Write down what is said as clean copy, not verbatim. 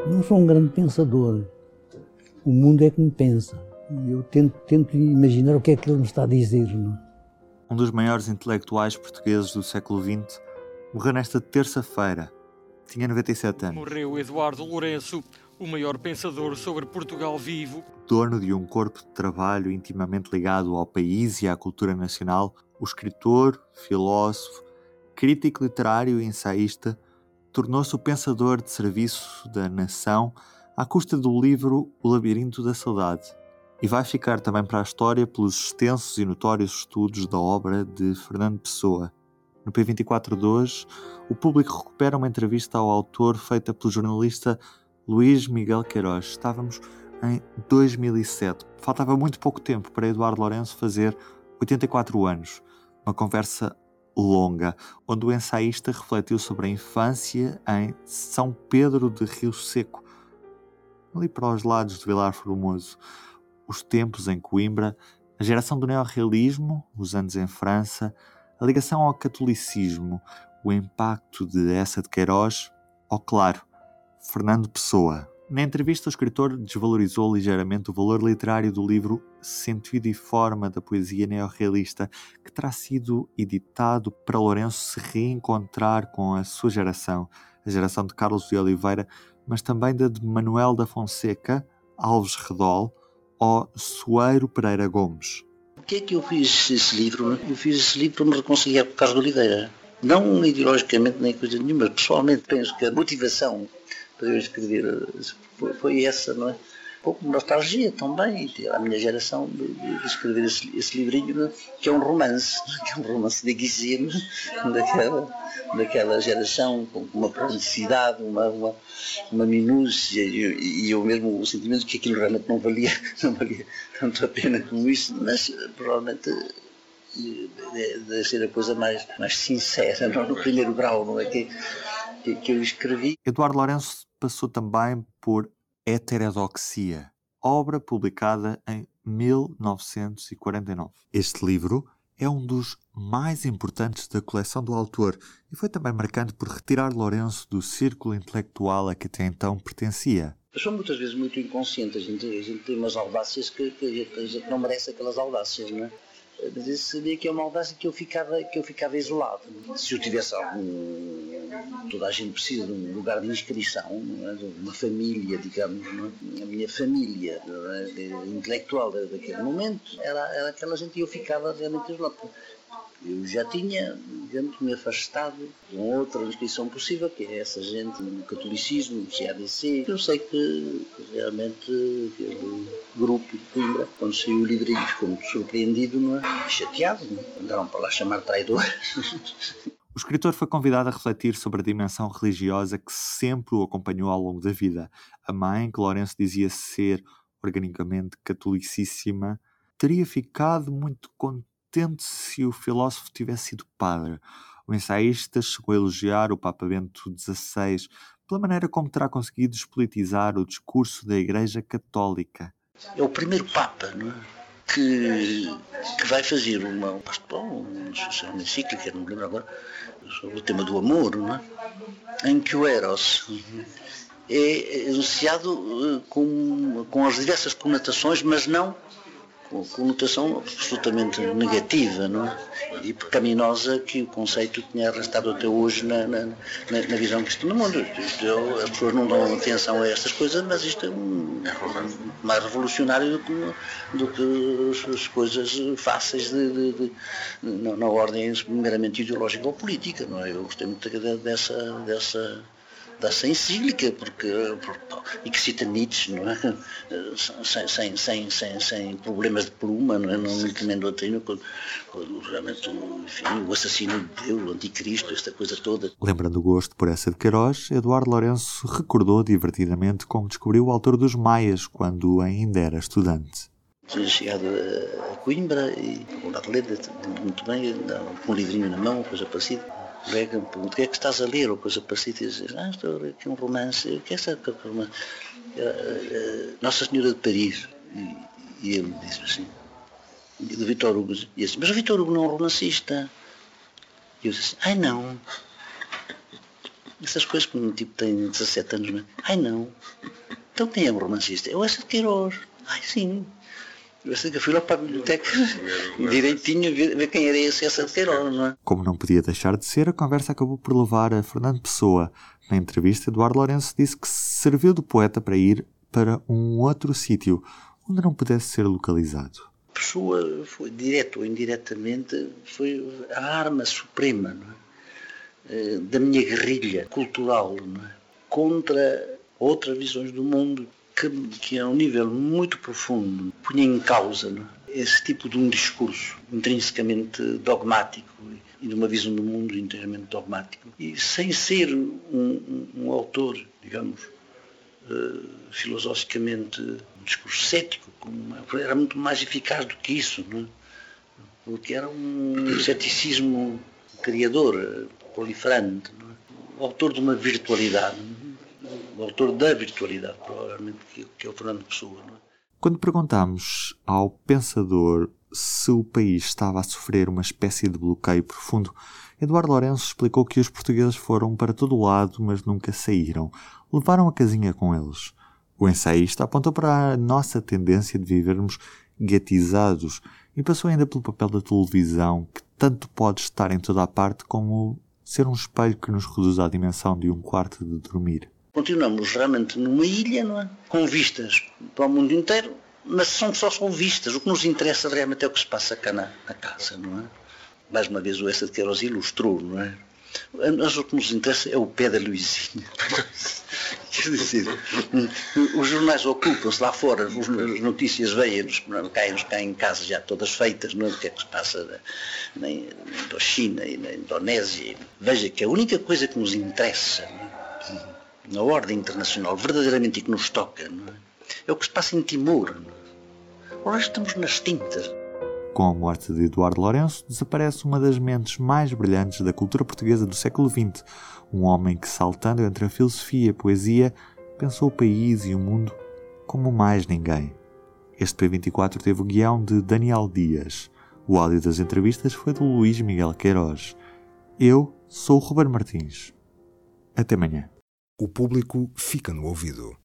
Não sou um grande pensador. O mundo é que me pensa. E eu tento imaginar o que é que ele me está a dizer. Não é? Um dos maiores intelectuais portugueses do século XX morreu nesta terça-feira. Tinha 97 anos. Morreu Eduardo Lourenço, o maior pensador sobre Portugal vivo. Dono de um corpo de trabalho intimamente ligado ao país e à cultura nacional, o escritor, filósofo, crítico literário e ensaísta tornou-se o pensador de serviço da nação à custa do livro O Labirinto da Saudade. E vai ficar também para a história pelos extensos e notórios estudos da obra de Fernando Pessoa. No P24 de hoje, o público recupera uma entrevista ao autor feita pelo jornalista Luís Miguel Queiroz. Estávamos em 2007. Faltava muito pouco tempo para Eduardo Lourenço fazer 84 anos. Uma conversa longa, onde o ensaísta refletiu sobre a infância em São Pedro de Rio Seco, ali para os lados de Vilar Formoso, os tempos em Coimbra, a geração do neorrealismo, os anos em França, a ligação ao catolicismo, o impacto de Eça de Queiroz, ou, claro, Fernando Pessoa. Na entrevista, o escritor desvalorizou ligeiramente o valor literário do livro Sentido e Forma da Poesia Neorrealista, que terá sido editado para Lourenço se reencontrar com a sua geração, a geração de Carlos de Oliveira, mas também da de Manuel da Fonseca, Alves Redol ou Soeiro Pereira Gomes. Por que é que eu fiz esse livro? Eu fiz esse livro para me reconciliar com Carlos de Oliveira. Não ideologicamente nem coisa nenhuma, mas pessoalmente penso que a motivação para eu escrever foi essa, não é? Um pouco de nostalgia também, a minha geração de escrever esse livrinho, não é? Que é um romance de Guizine, daquela geração, com uma prolixicidade, uma minúcia, e eu mesmo o sentimento de que aquilo realmente não valia tanto a pena como isso, mas provavelmente deve ser a coisa mais sincera, não? No primeiro grau, não é? Que eu escrevi. Eduardo Lourenço passou também por Heterodoxia, obra publicada em 1949. Este livro é um dos mais importantes da coleção do autor e foi também marcante por retirar Lourenço do círculo intelectual a que até então pertencia. Eu sou muitas vezes muito inconsciente, a gente tem umas audácias que a gente não merece aquelas audácias, não é? Mas eu sabia que é uma audácia que eu ficava isolado. Se eu tivesse toda a gente precisa de um lugar de inscrição, não é? De uma família, digamos, não é? A minha família, não é? Intelectual daquele momento, era aquela gente e eu ficava realmente isolado. Eu já tinha, digamos, me afastado de uma outra inscrição possível, que é essa gente no catolicismo, no CADC. Eu sei que realmente aquele grupo de Coimbra, quando saiu o livrinho, ficou muito surpreendido, não é? Chateado, não é? Andaram para lá chamar traidor. O escritor foi convidado a refletir sobre a dimensão religiosa que sempre o acompanhou ao longo da vida. A mãe, que Lourenço dizia ser organicamente catolicíssima, teria ficado muito contente se o filósofo tivesse sido padre. O ensaísta chegou a elogiar o Papa Bento XVI pela maneira como terá conseguido despolitizar o discurso da Igreja Católica. É o primeiro Papa, não é? Que vai fazer uma encíclica, não me lembro agora, sobre o tema do amor, não é? Em que o Eros é enunciado com as diversas conotações, mas não com conotação absolutamente negativa, não é? E pecaminosa que o conceito tinha arrastado até hoje na visão que isto no mundo. As pessoas não dão atenção a estas coisas, mas isto é mais revolucionário do que as coisas fáceis na ordem meramente ideológica ou política, não é? Eu gostei muito dessa encíclica, e que cita Nietzsche, não é? Sem problemas de pluma, não é? Não inclina a doutrina, realmente, enfim, o assassino de Deus, o anticristo, esta coisa toda. Lembrando o gosto por Eça de Queiroz, Eduardo Lourenço recordou divertidamente como descobriu o autor dos Maias quando ainda era estudante. Tinha chegado a Coimbra e a ler muito bem, com um livrinho na mão, coisa parecida. O colega me pergunta: o que é que estás a ler, ou coisa parecida, e diz: estou a ler aqui um romance. O que é esse romance? Nossa Senhora de Paris. E ele disse assim, do Victor Hugo, e assim, mas o Victor Hugo não é um romancista. E eu disse: ai não. Essas coisas que um tipo tem 17 anos, não é? Ai não. Então quem é o romancista? É o Eça de Queiroz. Ai sim. Eu fui lá para a biblioteca direitinho ver quem era esse Eça de Queiroz, não é? Como não podia deixar de ser, a conversa acabou por levar a Fernando Pessoa. Na entrevista, Eduardo Lourenço disse que se serviu do poeta para ir para um outro sítio, onde não pudesse ser localizado. Pessoa, foi, direto ou indiretamente, foi a arma suprema, não é? Da minha guerrilha cultural, não é? Contra outras visões do mundo que a um nível muito profundo punha em causa, não é? Esse tipo de um discurso intrinsecamente dogmático e de uma visão do mundo inteiramente dogmático. E sem ser um autor, digamos, filosoficamente um discurso cético, era muito mais eficaz do que isso, não é? Porque era um ceticismo criador, proliferante, não é? O autor de uma virtualidade, o autor da virtualidade, provavelmente, que é o Fernando Pessoa. Não é? Quando perguntámos ao pensador se o país estava a sofrer uma espécie de bloqueio profundo, Eduardo Lourenço explicou que os portugueses foram para todo o lado, mas nunca saíram. Levaram a casinha com eles. O ensaísta apontou para a nossa tendência de vivermos gatizados e passou ainda pelo papel da televisão, que tanto pode estar em toda a parte como ser um espelho que nos reduz à dimensão de um quarto de dormir. Continuamos realmente numa ilha, não é? Com vistas para o mundo inteiro, mas só são vistas. O que nos interessa realmente é o que se passa cá na casa, não é? Mais uma vez o Eça de Queiroz ilustrou, não é? Mas o que nos interessa é o pé da Luizinha. Quer dizer, os jornais ocupam-se lá fora, as notícias vêm-nos, caem em casa já todas feitas, não é? O que é que se passa na Indochina e na Indonésia. Veja que a única coisa que nos interessa, não é? Na ordem internacional, verdadeiramente, e que nos toca, não é o que se passa em Timor. Agora estamos nas tintas. Com a morte de Eduardo Lourenço, desaparece uma das mentes mais brilhantes da cultura portuguesa do século XX, um homem que, saltando entre a filosofia e a poesia, pensou o país e o mundo como mais ninguém. Este P24 teve o guião de Daniel Dias. O áudio das entrevistas foi do Luís Miguel Queiroz. Eu sou o Ruben Martins. Até amanhã. O público fica no ouvido.